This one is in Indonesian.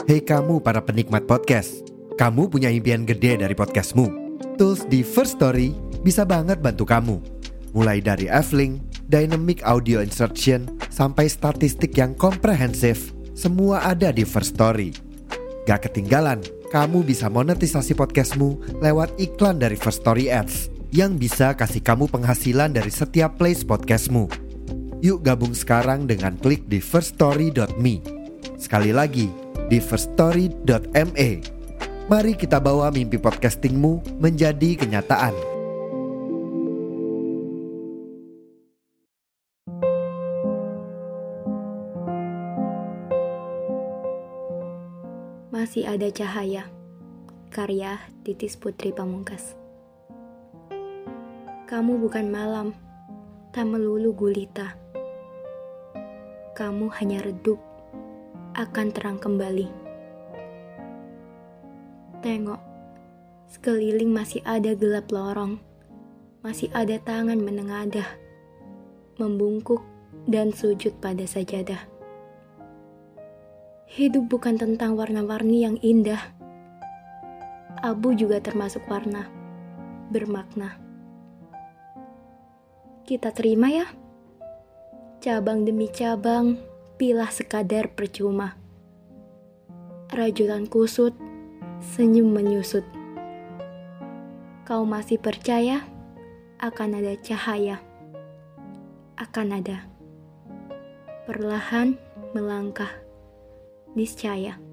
Hei kamu para penikmat podcast, kamu punya impian gede dari podcastmu. Tools di First Story bisa banget bantu kamu. Mulai dari F-Link, Dynamic Audio Insertion, sampai statistik yang komprehensif, semua ada di First Story. Gak ketinggalan, kamu bisa monetisasi podcastmu lewat iklan dari First Story Ads yang bisa kasih kamu penghasilan dari setiap plays podcastmu. Yuk gabung sekarang dengan klik di firststory.me. Sekali lagi, di firststory.me. Mari kita bawa mimpi podcastingmu menjadi kenyataan. Masih ada cahaya. Karya Titis Putri Pamungkas. Kamu bukan malam, tak melulu gulita. Kamu hanya redup, akan terang kembali. Tengok, sekeliling masih ada gelap lorong, masih ada tangan menengadah, membungkuk dan sujud pada sajadah. Hidup bukan tentang warna-warni yang indah. Abu juga termasuk warna, bermakna. Kita terima ya. Cabang demi cabang, pilah sekadar percuma. Rajutan kusut, senyum menyusut. Kau masih percaya akan ada cahaya. Akan ada. Perlahan melangkah. Niscaya.